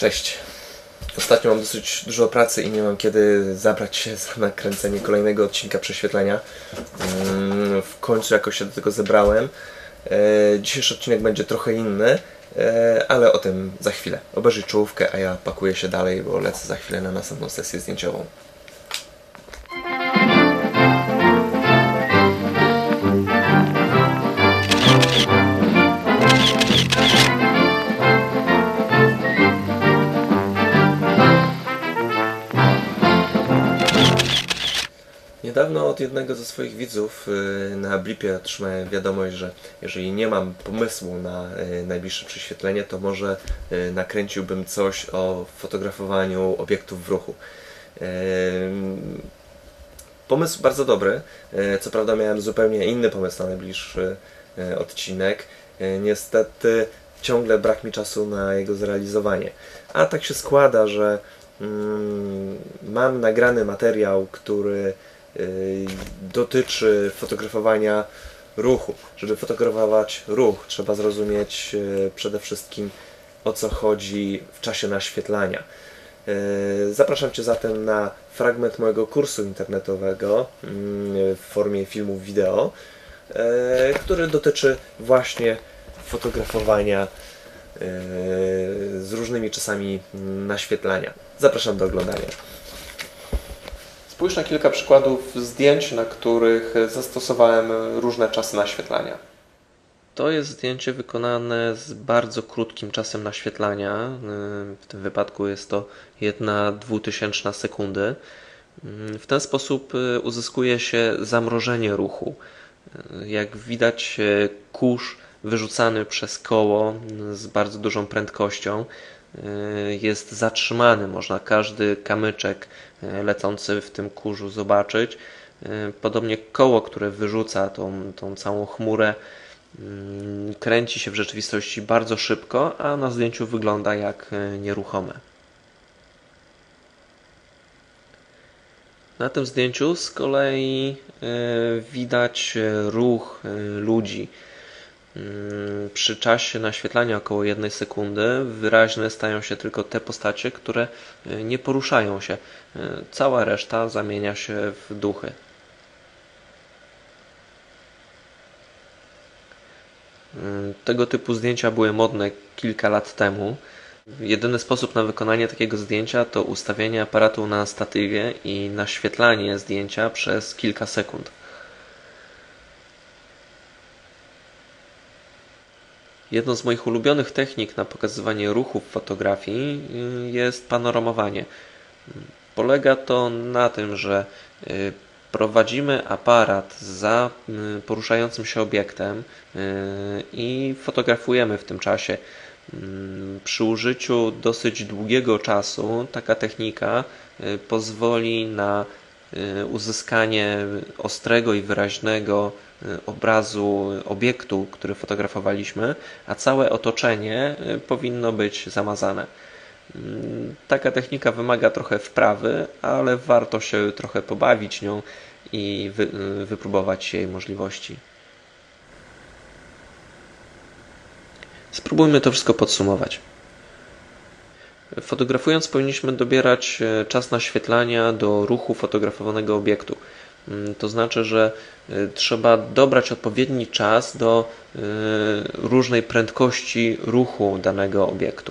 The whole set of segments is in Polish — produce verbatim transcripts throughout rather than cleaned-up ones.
Cześć. Ostatnio mam dosyć dużo pracy i nie mam kiedy zabrać się za nakręcenie kolejnego odcinka prześwietlenia. W końcu jakoś się do tego zebrałem. Dzisiejszy odcinek będzie trochę inny, ale o tym za chwilę. Obejrzyj czołówkę, a ja pakuję się dalej, bo lecę za chwilę na następną sesję zdjęciową. Niedawno od jednego ze swoich widzów na Blipie otrzymałem wiadomość, że jeżeli nie mam pomysłu na najbliższe prześwietlenie, to może nakręciłbym coś o fotografowaniu obiektów w ruchu. Pomysł bardzo dobry. Co prawda miałem zupełnie inny pomysł na najbliższy odcinek. Niestety ciągle brak mi czasu na jego zrealizowanie. A tak się składa, że mam nagrany materiał, który dotyczy fotografowania ruchu. Żeby fotografować ruch, trzeba zrozumieć przede wszystkim, o co chodzi w czasie naświetlania. Zapraszam Cię zatem na fragment mojego kursu internetowego w formie filmów wideo, który dotyczy właśnie fotografowania z różnymi czasami naświetlania. Zapraszam do oglądania. Spójrz na kilka przykładów zdjęć, na których zastosowałem różne czasy naświetlania. To jest zdjęcie wykonane z bardzo krótkim czasem naświetlania. W tym wypadku jest to jedna dwutysięczna sekundy. W ten sposób uzyskuje się zamrożenie ruchu. Jak widać, kurz wyrzucany przez koło z bardzo dużą prędkością jest zatrzymany. Można każdy kamyczek lecący w tym kurzu zobaczyć. Podobnie koło, które wyrzuca tą, tą całą chmurę, kręci się w rzeczywistości bardzo szybko, a na zdjęciu wygląda jak nieruchome. Na tym zdjęciu z kolei widać ruch ludzi. Przy czasie naświetlania około jednej sekundy wyraźne stają się tylko te postacie, które nie poruszają się. Cała reszta zamienia się w duchy. Tego typu zdjęcia były modne kilka lat temu. Jedyny sposób na wykonanie takiego zdjęcia to ustawienie aparatu na statywie i naświetlanie zdjęcia przez kilka sekund. Jedną z moich ulubionych technik na pokazywanie ruchu w fotografii jest panoramowanie. Polega to na tym, że prowadzimy aparat za poruszającym się obiektem i fotografujemy w tym czasie. Przy użyciu dosyć długiego czasu taka technika pozwoli na uzyskanie ostrego i wyraźnego obrazu obiektu, który fotografowaliśmy, a całe otoczenie powinno być zamazane. Taka technika wymaga trochę wprawy, ale warto się trochę pobawić nią i wy, wypróbować jej możliwości. Spróbujmy to wszystko podsumować. Fotografując powinniśmy dobierać czas naświetlania do ruchu fotografowanego obiektu. To znaczy, że trzeba dobrać odpowiedni czas do różnej prędkości ruchu danego obiektu.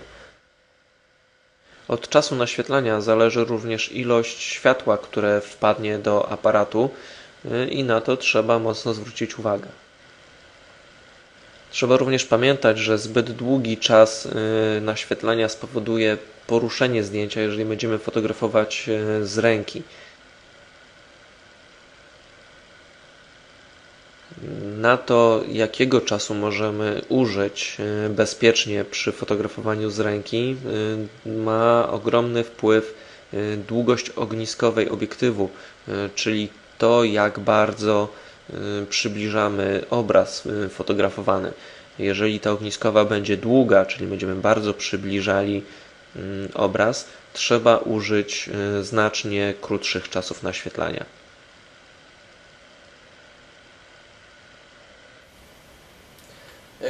Od czasu naświetlania zależy również ilość światła, które wpadnie do aparatu i na to trzeba mocno zwrócić uwagę. Trzeba również pamiętać, że zbyt długi czas naświetlania spowoduje poruszenie zdjęcia, jeżeli będziemy fotografować z ręki. Na to, jakiego czasu możemy użyć bezpiecznie przy fotografowaniu z ręki, ma ogromny wpływ długość ogniskowej obiektywu, czyli to, jak bardzo przybliżamy obraz fotografowany. Jeżeli ta ogniskowa będzie długa, czyli będziemy bardzo przybliżali obraz, trzeba użyć znacznie krótszych czasów naświetlania.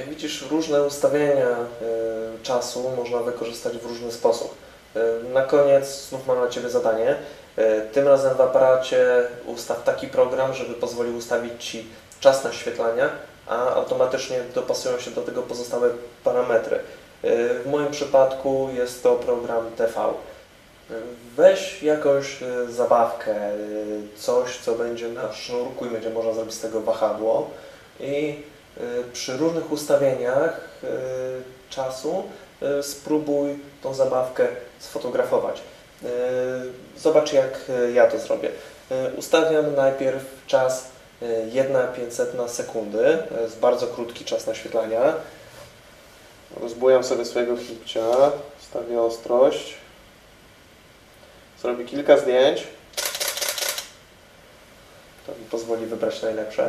Jak widzisz, różne ustawienia y, czasu można wykorzystać w różny sposób. Y, na koniec znów mam dla Ciebie zadanie. Y, tym razem w aparacie ustaw taki program, żeby pozwolił ustawić Ci czas naświetlania, a automatycznie dopasują się do tego pozostałe parametry. Y, w moim przypadku jest to program T V. Y, weź jakąś y, zabawkę, y, coś co będzie na sznurku i będzie można zrobić z tego wahadło i przy różnych ustawieniach czasu spróbuj tą zabawkę sfotografować. Zobacz, jak ja to zrobię. Ustawiam najpierw czas jedna pięćsetna sekundy. To jest bardzo krótki czas naświetlania. Rozbujam sobie swojego hipcia, stawię ostrość. Zrobię kilka zdjęć. To mi pozwoli wybrać najlepsze.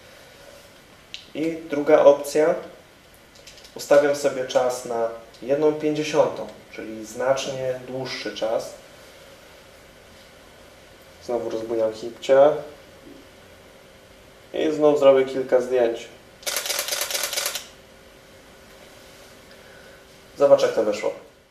I druga opcja, ustawiam sobie czas na jedną pięćdziesiątą, czyli znacznie dłuższy czas. Znowu rozbujam hipcia i znowu zrobię kilka zdjęć. Zobacz, jak to wyszło.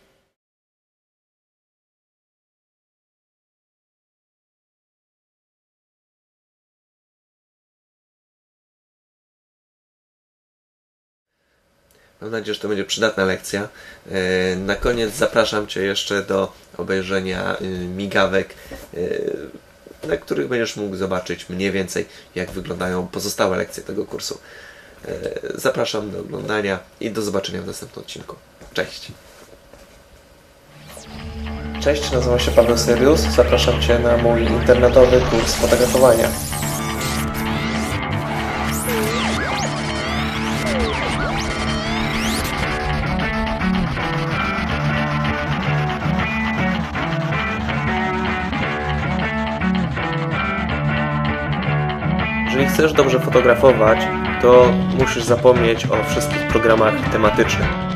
Mam nadzieję, że to będzie przydatna lekcja. Na koniec zapraszam Cię jeszcze do obejrzenia migawek, na których będziesz mógł zobaczyć mniej więcej, jak wyglądają pozostałe lekcje tego kursu. Zapraszam do oglądania i do zobaczenia w następnym odcinku. Cześć! Cześć, nazywam się Paweł Syrius. Zapraszam Cię na mój internetowy kurs fotografowania. Jeżeli chcesz dobrze fotografować, to musisz zapomnieć o wszystkich programach tematycznych.